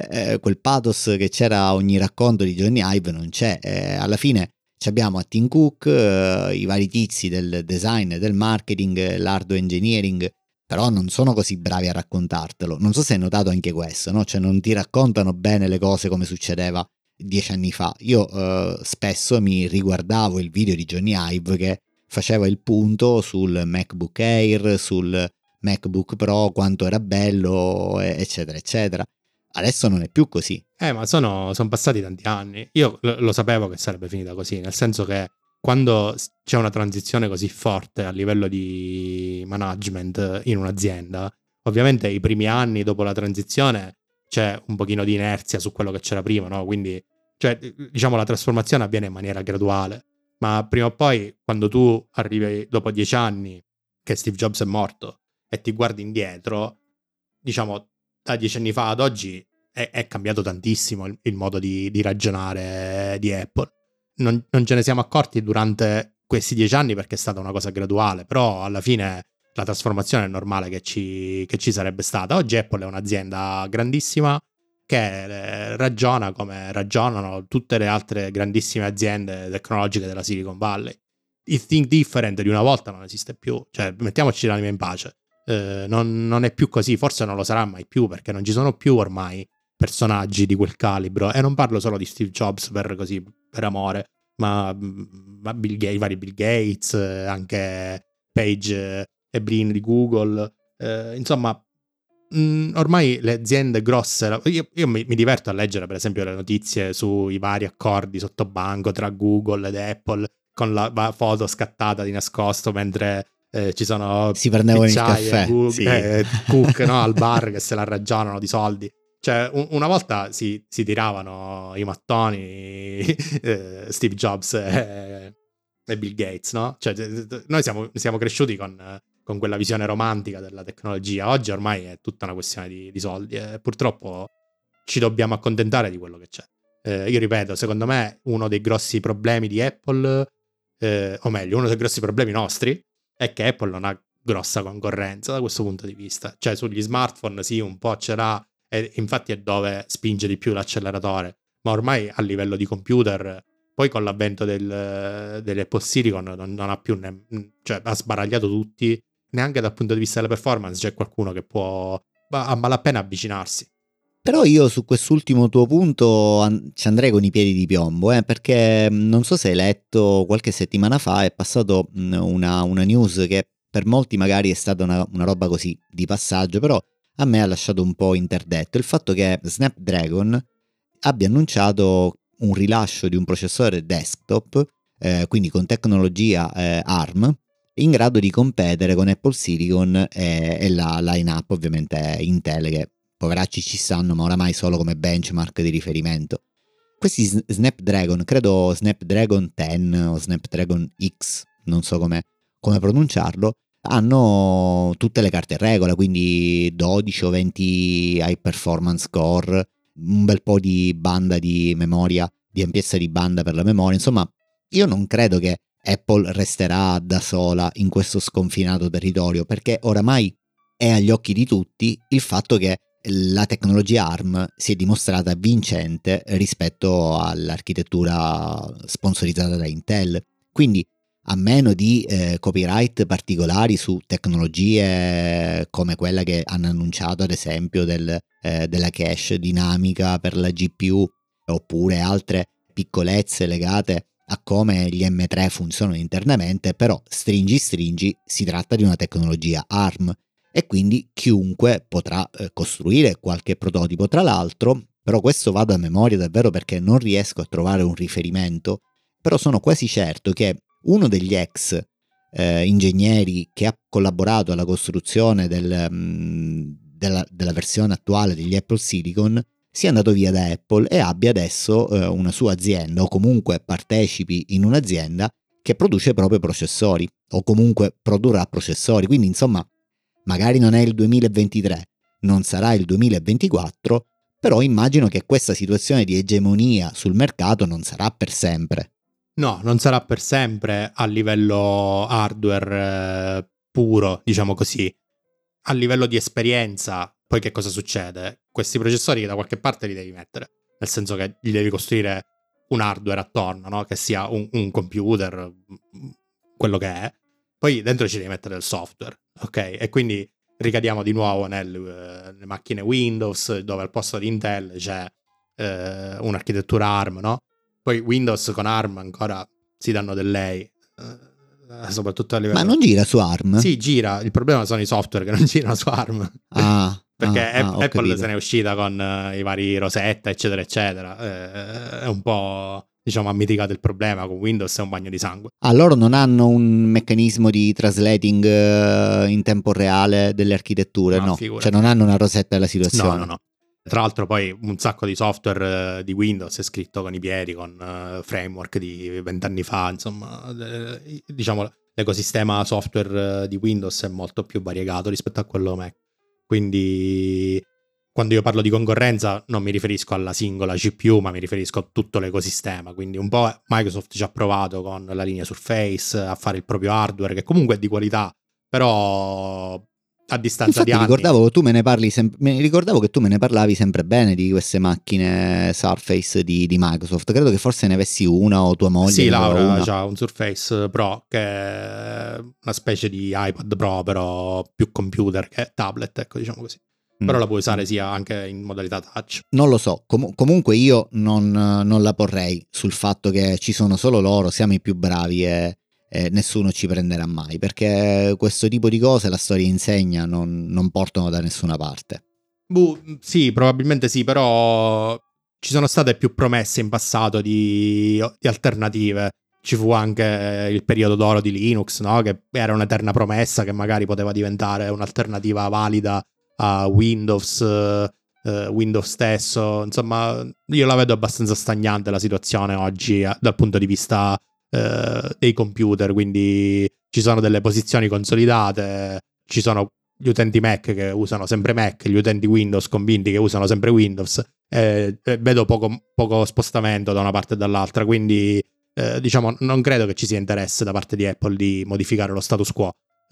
pathos che c'era a ogni racconto di Johnny Ive non c'è. Alla fine abbiamo a Tim Cook, i vari tizi del design, del marketing, l'hardware engineering, però non sono così bravi a raccontartelo. Non so se hai notato anche questo, no? Cioè non ti raccontano bene le cose come succedeva 10 anni fa. Io spesso mi riguardavo il video di Johnny Ive che faceva il punto sul MacBook Air, sul MacBook Pro, quanto era bello, eccetera, eccetera. Adesso non è più così. Ma sono passati tanti anni. Io lo sapevo che sarebbe finita così, nel senso che quando c'è una transizione così forte a livello di management in un'azienda, ovviamente i primi anni dopo la transizione c'è un pochino di inerzia su quello che c'era prima, no? Quindi, cioè, diciamo, la trasformazione avviene in maniera graduale, ma prima o poi, quando tu arrivi dopo 10 anni che Steve Jobs è morto e ti guardi indietro, diciamo, da 10 anni fa ad oggi è cambiato tantissimo il modo di ragionare di Apple. Non ce ne siamo accorti durante questi 10 anni perché è stata una cosa graduale, però alla fine la trasformazione è normale che ci sarebbe stata. Oggi Apple è un'azienda grandissima che ragiona come ragionano tutte le altre grandissime aziende tecnologiche della Silicon Valley. Il think different di una volta non esiste più, cioè mettiamoci l'anima in pace. Non è più così, forse non lo sarà mai più perché non ci sono più ormai personaggi di quel calibro, e non parlo solo di Steve Jobs per amore, ma i vari Bill Gates, anche Page e Brin di Google, insomma ormai le aziende grosse, io mi diverto a leggere per esempio le notizie sui vari accordi sottobanco tra Google ed Apple con la foto scattata di nascosto mentre ci sono si prendevano il pizzaie, caffè, cook, no, al bar che se la raggianano di soldi. Cioè, una volta si tiravano i mattoni Steve Jobs e Bill Gates, no? Cioè, noi siamo cresciuti con quella visione romantica della tecnologia. Oggi ormai è tutta una questione di soldi e purtroppo ci dobbiamo accontentare di quello che c'è. Io ripeto, secondo me uno dei grossi problemi di Apple, o meglio, uno dei grossi problemi nostri, è che Apple non ha grossa concorrenza da questo punto di vista. Cioè, sugli smartphone sì, un po' ce l'ha, e infatti è dove spinge di più l'acceleratore, ma ormai a livello di computer, poi con l'avvento dell'Apple Silicon non ha più, cioè ha sbaragliato tutti, neanche dal punto di vista della performance c'è qualcuno che può a malapena avvicinarsi. Però io su quest'ultimo tuo punto ci andrei con i piedi di piombo, perché non so se hai letto, qualche settimana fa è passato una news che per molti magari è stata una roba così di passaggio, però a me ha lasciato un po' interdetto il fatto che Snapdragon abbia annunciato un rilascio di un processore desktop, quindi con tecnologia ARM, in grado di competere con Apple Silicon e la line-up ovviamente Intel, che poveracci ci stanno, ma oramai solo come benchmark di riferimento. Questi Snapdragon, credo Snapdragon 10 o Snapdragon X, non so come pronunciarlo, hanno tutte le carte in regola, quindi 12 o 20 high performance core, un bel po' di banda di memoria, di ampiezza di banda per la memoria. Insomma, io non credo che Apple resterà da sola in questo sconfinato territorio, perché oramai è agli occhi di tutti il fatto che la tecnologia ARM si è dimostrata vincente rispetto all'architettura sponsorizzata da Intel. Quindi, a meno di copyright particolari su tecnologie come quella che hanno annunciato, ad esempio della cache dinamica per la GPU, oppure altre piccolezze legate a come gli M3 funzionano internamente, però stringi, si tratta di una tecnologia ARM e quindi chiunque potrà costruire qualche prototipo. Tra l'altro, però questo vado a memoria davvero perché non riesco a trovare un riferimento, però sono quasi certo che uno degli ex ingegneri che ha collaborato alla costruzione della versione attuale degli Apple Silicon sia andato via da Apple e abbia adesso una sua azienda, o comunque partecipi in un'azienda che produce proprio processori, o comunque produrrà processori. Quindi insomma, magari non è il 2023, non sarà il 2024, però immagino che questa situazione di egemonia sul mercato non sarà per sempre. No, non sarà per sempre a livello hardware puro, diciamo così. A livello di esperienza, poi che cosa succede? Questi processori da qualche parte li devi mettere, nel senso che gli devi costruire un hardware attorno, no? Che sia un computer, quello che è. Poi dentro ci devi mettere del software, ok? E quindi ricadiamo di nuovo nelle macchine Windows, dove al posto di Intel c'è un'architettura ARM, no? Poi Windows con ARM ancora si danno del lei, soprattutto a livello... Ma non gira su ARM? Sì, gira, il problema sono i software che non girano su ARM. Perché Apple capito. se n'è uscita con i vari Rosetta, eccetera, eccetera. È un po', diciamo, ha mitigato il problema. Con Windows è un bagno di sangue. Loro non hanno un meccanismo di translating in tempo reale delle architetture, no? Cioè non hanno una rosetta della situazione. No. Tra l'altro poi un sacco di software di Windows è scritto con i piedi, con framework di 20 anni fa, insomma, diciamo l'ecosistema software di Windows è molto più variegato rispetto a quello Mac. Quindi quando io parlo di concorrenza non mi riferisco alla singola GPU, ma mi riferisco a tutto l'ecosistema. Quindi un po' Microsoft ci ha provato con la linea Surface a fare il proprio hardware, che comunque è di qualità, però a distanza Infatti di anni. Ricordavo che tu me ne parlavi sempre bene di queste macchine Surface di Microsoft. Credo che forse ne avessi una o tua moglie. Sì, Laura ha un Surface Pro che è una specie di iPad Pro, però più computer che tablet, ecco, diciamo così. Però la puoi usare sia anche in modalità touch. Non lo so, comunque io non la porrei sul fatto che ci sono solo loro, siamo i più bravi e nessuno ci prenderà mai, perché questo tipo di cose, la storia insegna, non portano da nessuna parte. Sì, probabilmente sì, però ci sono state più promesse in passato di alternative. ci fu anche il periodo d'oro di Linux, no? Che era un'eterna promessa che magari poteva diventare un'alternativa valida a Windows, Windows stesso. Insomma, io la vedo abbastanza stagnante la situazione oggi dal punto di vista dei computer, quindi ci sono delle posizioni consolidate, ci sono gli utenti Mac che usano sempre Mac, gli utenti Windows convinti che usano sempre Windows, vedo poco spostamento da una parte e dall'altra, quindi diciamo non credo che ci sia interesse da parte di Apple di modificare lo status quo,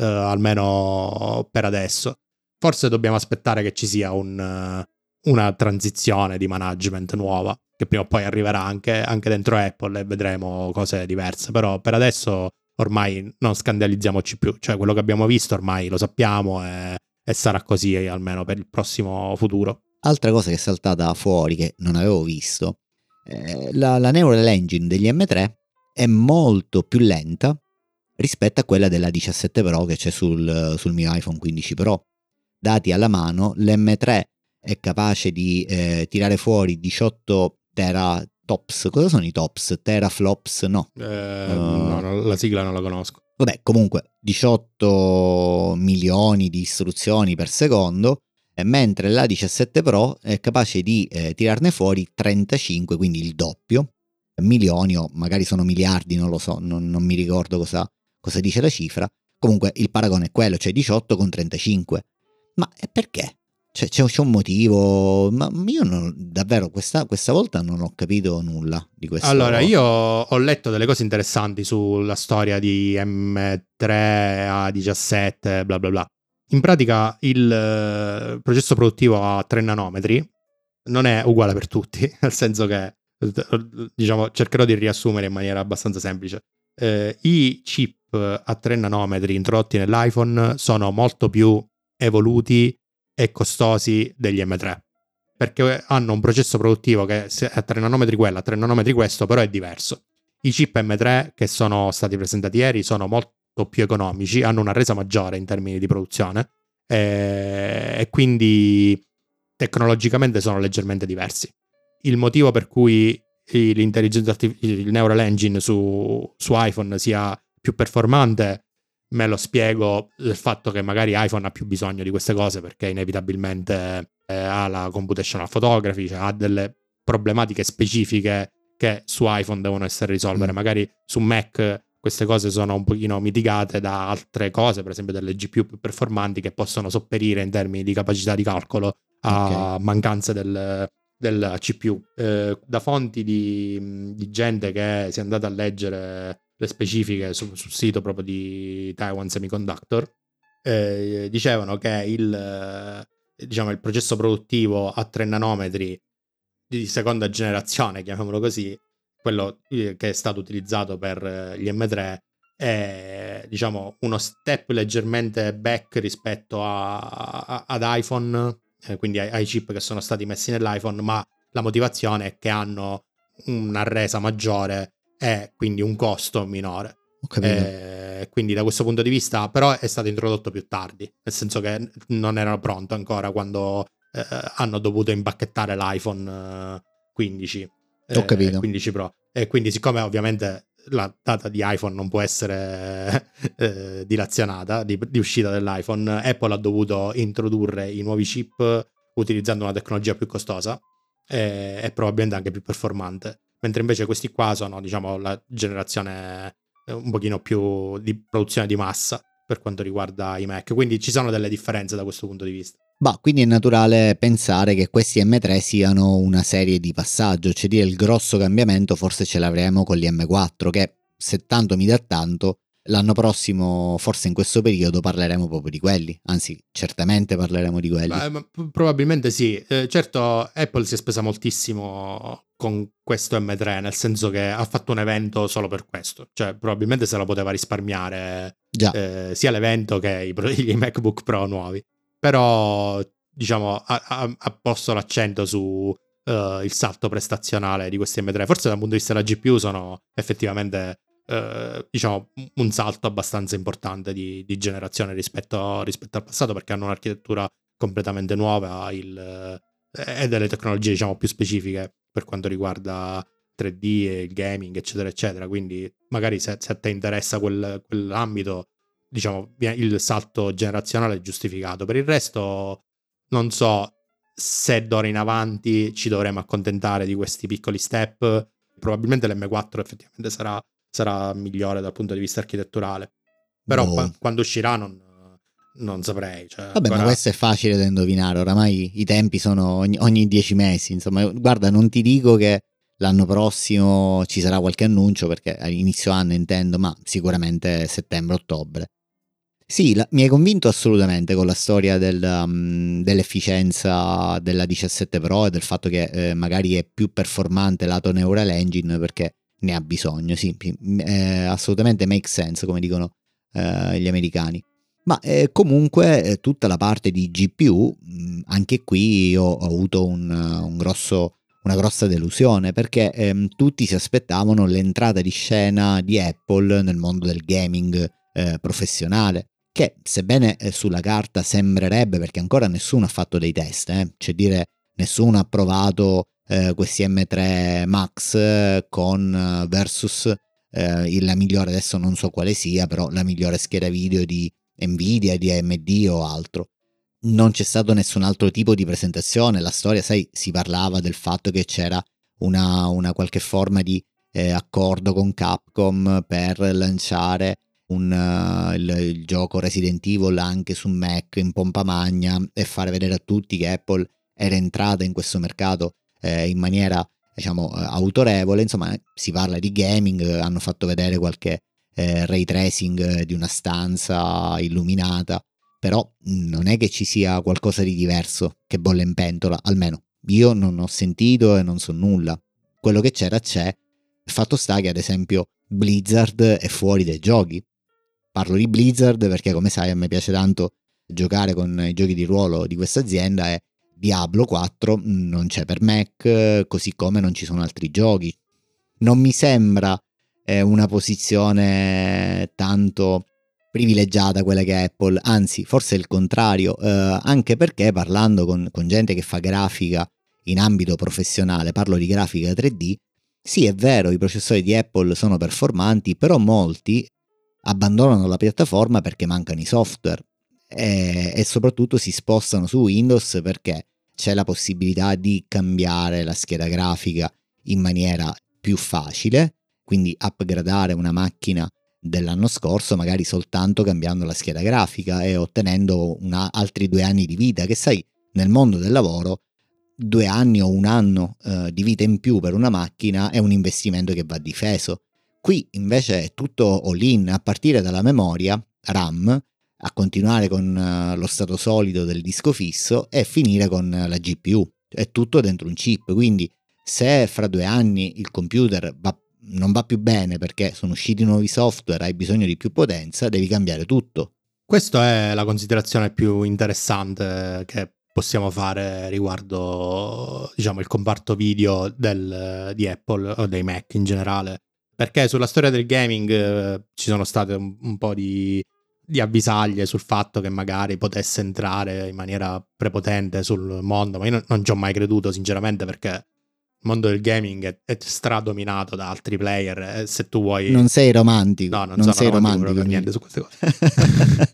almeno per adesso. Forse dobbiamo aspettare che ci sia una transizione di management nuova, che prima o poi arriverà anche dentro Apple e vedremo cose diverse, però per adesso ormai non scandalizziamoci più, cioè quello che abbiamo visto ormai lo sappiamo e sarà così almeno per il prossimo futuro. Altra cosa che è saltata fuori che non avevo visto, la Neural Engine degli M3 è molto più lenta rispetto a quella della 17 Pro che c'è sul mio iPhone 15 Pro. Dati alla mano, l'M3 è capace di tirare fuori 18 teratops. Cosa sono i tops? Teraflops? No. No, la sigla non la conosco. Vabbè, comunque 18 milioni di istruzioni per secondo, mentre la 17 Pro è capace di tirarne fuori 35, quindi il doppio. Milioni o magari sono miliardi, non lo so, non mi ricordo cosa dice la cifra. Comunque il paragone è quello, cioè 18 con 35. Ma perché? C'è un motivo? Ma io davvero questa volta non ho capito nulla di questo. Allora, io ho letto delle cose interessanti sulla storia di M3 a 17, bla bla bla. In pratica il processo produttivo a 3 nanometri non è uguale per tutti, nel senso che, diciamo, cercherò di riassumere in maniera abbastanza semplice. I chip a 3 nanometri introdotti nell'iPhone sono molto più evoluti e costosi degli M3, perché hanno un processo produttivo che a 3 nanometri quello, a 3 nanometri questo, però è diverso. I chip M3 che sono stati presentati ieri sono molto più economici, hanno una resa maggiore in termini di produzione e quindi tecnologicamente sono leggermente diversi. Il motivo per cui il Neural Engine su iPhone sia più performante me lo spiego del fatto che magari iPhone ha più bisogno di queste cose perché inevitabilmente ha la computational photography, cioè ha delle problematiche specifiche che su iPhone devono essere risolvere. Magari su Mac queste cose sono un pochino mitigate da altre cose, per esempio delle GPU più performanti che possono sopperire in termini di capacità di calcolo a mancanze del CPU. Da fonti di gente che si è andata a leggere le specifiche sul sito proprio di Taiwan Semiconductor, dicevano che il processo produttivo a 3 nanometri di seconda generazione, chiamiamolo così, quello che è stato utilizzato per gli M3, è diciamo uno step leggermente back rispetto ad iPhone, quindi ai chip che sono stati messi nell'iPhone, ma la motivazione è che hanno una resa maggiore e quindi un costo minore. Quindi da questo punto di vista però è stato introdotto più tardi, nel senso che non erano pronto ancora quando hanno dovuto impacchettare l'iPhone 15 15 Pro, e quindi siccome ovviamente la data di iPhone non può essere dilazionata di uscita dell'iPhone, Apple ha dovuto introdurre i nuovi chip utilizzando una tecnologia più costosa e probabilmente anche più performante, mentre invece questi qua sono diciamo la generazione un pochino più di produzione di massa per quanto riguarda i Mac, quindi ci sono delle differenze da questo punto di vista. Quindi è naturale pensare che questi M3 siano una serie di passaggio, cioè dire il grosso cambiamento forse ce l'avremo con gli M4 che se tanto mi dà tanto l'anno prossimo, forse in questo periodo parleremo proprio di quelli, anzi certamente parleremo di quelli. Probabilmente sì, certo Apple si è spesa moltissimo con questo M3, nel senso che ha fatto un evento solo per questo, cioè probabilmente se la poteva risparmiare sia l'evento che i MacBook Pro nuovi, però diciamo ha posto l'accento su il salto prestazionale di questi M3, forse dal punto di vista della GPU sono effettivamente diciamo un salto abbastanza importante di generazione rispetto al passato, perché hanno un'architettura completamente nuova e delle tecnologie diciamo più specifiche per quanto riguarda 3D e il gaming, eccetera, eccetera. Quindi magari se a te interessa quell'ambito, diciamo, il salto generazionale è giustificato. Per il resto non so se d'ora in avanti ci dovremo accontentare di questi piccoli step. Probabilmente l'M4 effettivamente sarà migliore dal punto di vista architetturale, però quando uscirà non saprei. Cioè, vabbè, ma questo è facile da indovinare, oramai i tempi sono ogni 10 mesi, insomma. Guarda, non ti dico che l'anno prossimo ci sarà qualche annuncio, perché all'inizio anno intendo, ma sicuramente settembre-ottobre. Sì, mi hai convinto assolutamente con la storia dell'efficienza della 17 Pro e del fatto che magari è più performante lato Neural Engine, perché ne ha bisogno, sì, assolutamente make sense, come dicono gli americani. Ma comunque tutta la parte di GPU, anche qui ho avuto una grossa delusione, perché tutti si aspettavano l'entrata di scena di Apple nel mondo del gaming professionale, che sebbene sulla carta sembrerebbe, perché ancora nessuno ha fatto dei test, cioè dire nessuno ha provato questi M3 Max con versus la migliore, adesso non so quale sia, però la migliore scheda video di Nvidia, di AMD o altro. Non c'è stato nessun altro tipo di presentazione. La storia, sai, si parlava del fatto che c'era una qualche forma di accordo con Capcom per lanciare il gioco Resident Evil anche su Mac in pompa magna e fare vedere a tutti che Apple era entrata in questo mercato in maniera, diciamo, autorevole. Insomma, si parla di gaming, hanno fatto vedere qualche ray tracing di una stanza illuminata, però non è che ci sia qualcosa di diverso che bolle in pentola, almeno io non ho sentito e non so nulla. Quello che c'è. Fatto sta che ad esempio Blizzard è fuori dai giochi. Parlo di Blizzard perché, come sai, a me piace tanto giocare con i giochi di ruolo di questa azienda, e Diablo 4 non c'è per Mac, così come non ci sono altri giochi. Non mi sembra una posizione tanto privilegiata quella che è Apple, anzi forse è il contrario, anche perché parlando con gente che fa grafica in ambito professionale, parlo di grafica 3D, sì, è vero, i processori di Apple sono performanti, però molti abbandonano la piattaforma perché mancano i software e soprattutto si spostano su Windows perché c'è la possibilità di cambiare la scheda grafica in maniera più facile, quindi upgradare una macchina dell'anno scorso magari soltanto cambiando la scheda grafica e ottenendo altri 2 anni di vita, che sai, nel mondo del lavoro 2 anni o 1 anno di vita in più per una macchina è un investimento che va difeso. Qui invece è tutto all-in, a partire dalla memoria RAM, a continuare con lo stato solido del disco fisso e finire con la GPU. È tutto dentro un chip, quindi se fra 2 anni il computer non va più bene perché sono usciti nuovi software, hai bisogno di più potenza, devi cambiare tutto. Questa è la considerazione più interessante che possiamo fare riguardo, diciamo, il comparto video di Apple o dei Mac in generale, perché sulla storia del gaming ci sono state un po' di avvisaglie sul fatto che magari potesse entrare in maniera prepotente sul mondo, ma io non ci ho mai creduto sinceramente, perché il mondo del gaming è stradominato da altri player. Se tu vuoi, non sei romantico. No, non sei romantico per niente su queste cose.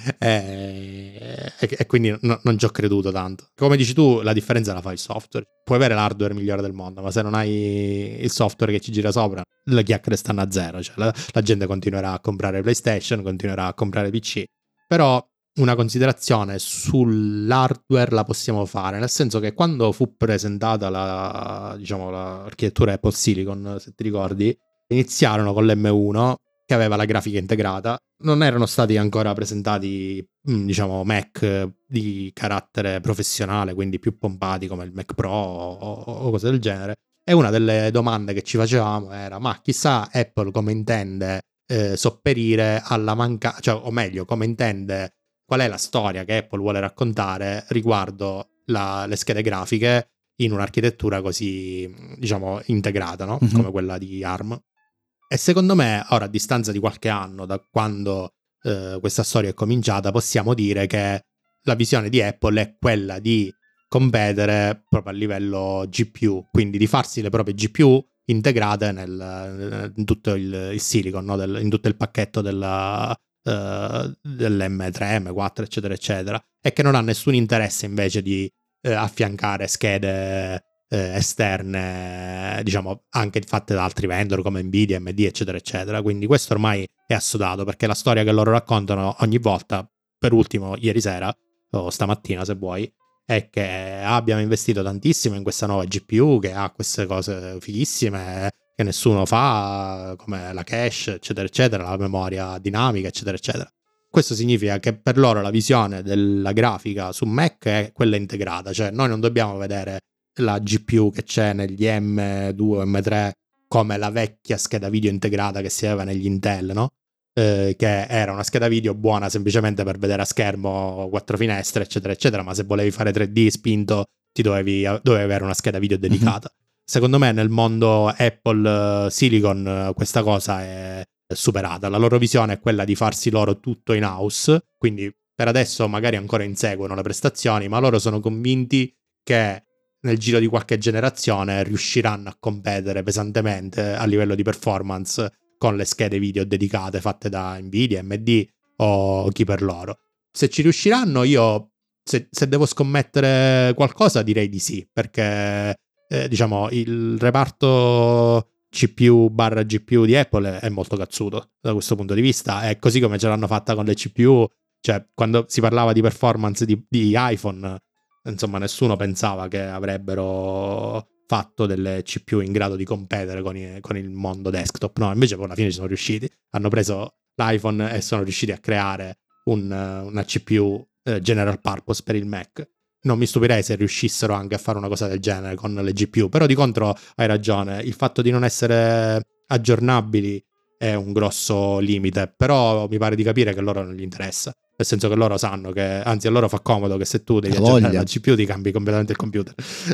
E quindi non ci ho creduto tanto. Come dici tu, la differenza la fa il software. Puoi avere l'hardware migliore del mondo, ma se non hai il software che ci gira sopra, le chiacchiere stanno a zero. Cioè, la gente continuerà a comprare PlayStation, continuerà a comprare PC. Però una considerazione sull'hardware la possiamo fare, nel senso che quando fu presentata l'architettura Apple Silicon, se ti ricordi, iniziarono con l'M1 che aveva la grafica integrata. Non erano stati ancora presentati, diciamo, Mac di carattere professionale, quindi più pompati come il Mac Pro o cose del genere. E una delle domande che ci facevamo era: ma chissà Apple come intende sopperire alla mancanza, cioè, o meglio, come intende, qual è la storia che Apple vuole raccontare riguardo le schede grafiche in un'architettura così, diciamo, integrata, no? Mm-hmm. Come quella di ARM. E secondo me, ora, a distanza di qualche anno da quando questa storia è cominciata, possiamo dire che la visione di Apple è quella di competere proprio a livello GPU, quindi di farsi le proprie GPU integrate in tutto il silicon, no? In tutto il pacchetto dell'M3, M4, eccetera, eccetera, e che non ha nessun interesse invece di affiancare schede esterne, diciamo, anche fatte da altri vendor come Nvidia, AMD, eccetera, eccetera. Quindi questo ormai è assodato, perché la storia che loro raccontano ogni volta, per ultimo ieri sera o stamattina se vuoi, è che abbiamo investito tantissimo in questa nuova GPU che ha queste cose fighissime che nessuno fa, come la cache, eccetera, eccetera, la memoria dinamica, eccetera, eccetera. Questo significa che per loro la visione della grafica su Mac è quella integrata, cioè noi non dobbiamo vedere la GPU che c'è negli M2 M3 come la vecchia scheda video integrata che si aveva negli Intel, no? Che era una scheda video buona semplicemente per vedere a schermo 4 finestre, eccetera, eccetera, ma se volevi fare 3D spinto dovevi avere una scheda video dedicata. Secondo me nel mondo Apple Silicon questa cosa è superata. La loro visione è quella di farsi loro tutto in house, quindi per adesso magari ancora inseguono le prestazioni, ma loro sono convinti che nel giro di qualche generazione riusciranno a competere pesantemente a livello di performance con le schede video dedicate fatte da Nvidia, AMD o chi per loro. Se ci riusciranno, io se devo scommettere qualcosa direi di sì, perché diciamo il reparto CPU/GPU di Apple è molto cazzuto da questo punto di vista, è così come ce l'hanno fatta con le CPU, cioè quando si parlava di performance di iPhone, insomma nessuno pensava che avrebbero fatto delle CPU in grado di competere con il mondo desktop, no, invece poi alla fine ci sono riusciti, hanno preso l'iPhone e sono riusciti a creare una CPU general purpose per il Mac. Non mi stupirei se riuscissero anche a fare una cosa del genere con le GPU, però di contro hai ragione, il fatto di non essere aggiornabili è un grosso limite, però mi pare di capire che a loro non gli interessa, nel senso che loro sanno che, anzi a loro fa comodo che se tu devi aggiornare la GPU ti cambi completamente il computer,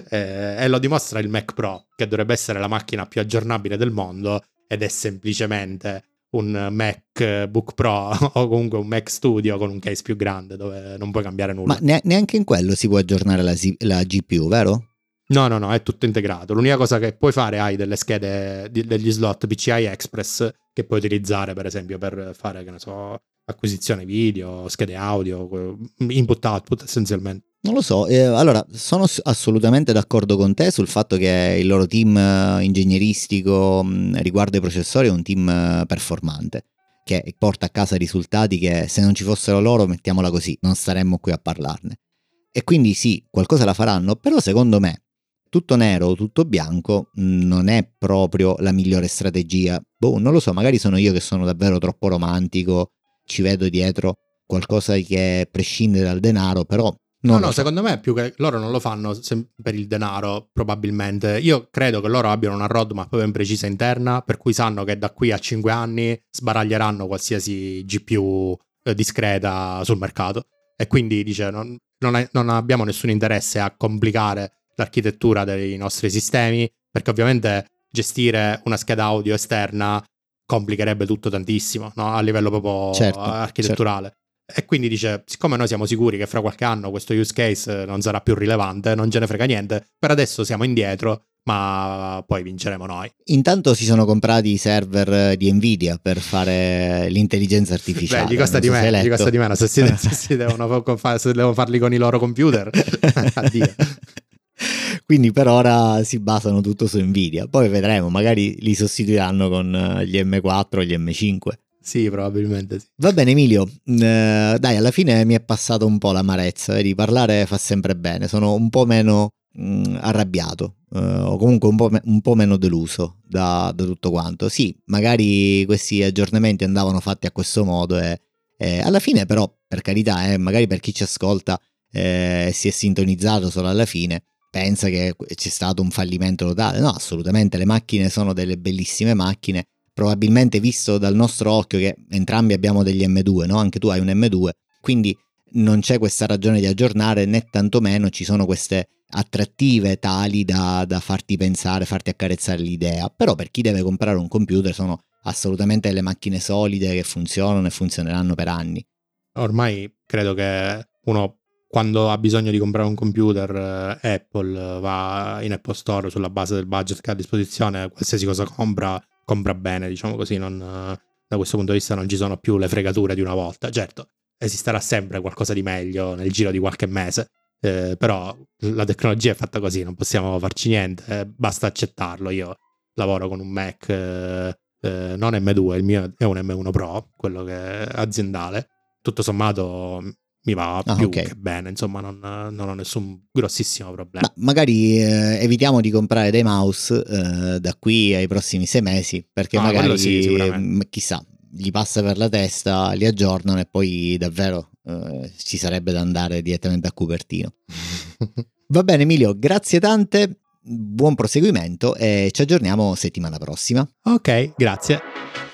e lo dimostra il Mac Pro, che dovrebbe essere la macchina più aggiornabile del mondo ed è semplicemente un MacBook Pro o comunque un Mac Studio con un case più grande dove non puoi cambiare nulla. Ma neanche in quello si può aggiornare la GPU, vero? No, è tutto integrato. L'unica cosa che puoi fare, hai delle schede, degli slot PCI Express che puoi utilizzare per esempio per fare, che ne so, acquisizione video, schede audio, input-output essenzialmente. Non lo so, allora sono assolutamente d'accordo con te sul fatto che il loro team ingegneristico riguardo ai processori è un team performante, che porta a casa risultati che se non ci fossero loro, mettiamola così, non staremmo qui a parlarne. E quindi sì, qualcosa la faranno, però secondo me tutto nero o tutto bianco non è proprio la migliore strategia. Boh, non lo so, magari sono io che sono davvero troppo romantico, ci vedo dietro qualcosa che prescinde dal denaro, però no, secondo me più che loro non lo fanno per il denaro, probabilmente. Io credo che loro abbiano una roadmap ben precisa interna, per cui sanno che da qui a 5 anni sbaraglieranno qualsiasi GPU discreta sul mercato. E quindi dice, non abbiamo nessun interesse a complicare l'architettura dei nostri sistemi, perché ovviamente gestire una scheda audio esterna complicherebbe tutto tantissimo, no? A livello proprio architetturale. Certo. E quindi dice, siccome noi siamo sicuri che fra qualche anno questo use case non sarà più rilevante, non ce ne frega niente, per adesso siamo indietro, ma poi vinceremo noi. Intanto si sono comprati i server di Nvidia per fare l'intelligenza artificiale. Beh, gli costa di meno, se devono farli con i loro computer, addio. Quindi per ora si basano tutto su Nvidia, poi vedremo, magari li sostituiranno con gli M4 o gli M5. Sì, probabilmente sì. Va bene Emilio, dai, alla fine mi è passato un po' l'amarezza, vedi, parlare fa sempre bene, sono un po' meno arrabbiato, o comunque un po' meno deluso da tutto quanto. Sì, magari questi aggiornamenti andavano fatti a questo modo e alla fine però, per carità, magari per chi ci ascolta si è sintonizzato solo alla fine, pensa che c'è stato un fallimento totale. No, assolutamente, le macchine sono delle bellissime macchine, probabilmente visto dal nostro occhio che entrambi abbiamo degli M2, no? Anche tu hai un M2, quindi non c'è questa ragione di aggiornare, né tantomeno ci sono queste attrattive tali da farti pensare, farti accarezzare l'idea. Però per chi deve comprare un computer sono assolutamente delle macchine solide che funzionano e funzioneranno per anni. Ormai credo che uno quando ha bisogno di comprare un computer, Apple va in Apple Store sulla base del budget che ha a disposizione, qualsiasi cosa compra bene, diciamo così, da questo punto di vista non ci sono più le fregature di una volta. Certo, esisterà sempre qualcosa di meglio nel giro di qualche mese, però la tecnologia è fatta così, non possiamo farci niente, basta accettarlo. Io lavoro con un Mac non M2, il mio è un M1 Pro, quello che è aziendale. Tutto sommato mi va più che bene, insomma non ho nessun grossissimo problema. Ma magari evitiamo di comprare dei mouse da qui ai prossimi 6 mesi, perché magari chissà, gli passa per la testa, li aggiornano e poi davvero ci sarebbe da andare direttamente a Cupertino. Va bene Emilio, grazie tante, buon proseguimento e ci aggiorniamo settimana prossima. Ok, grazie.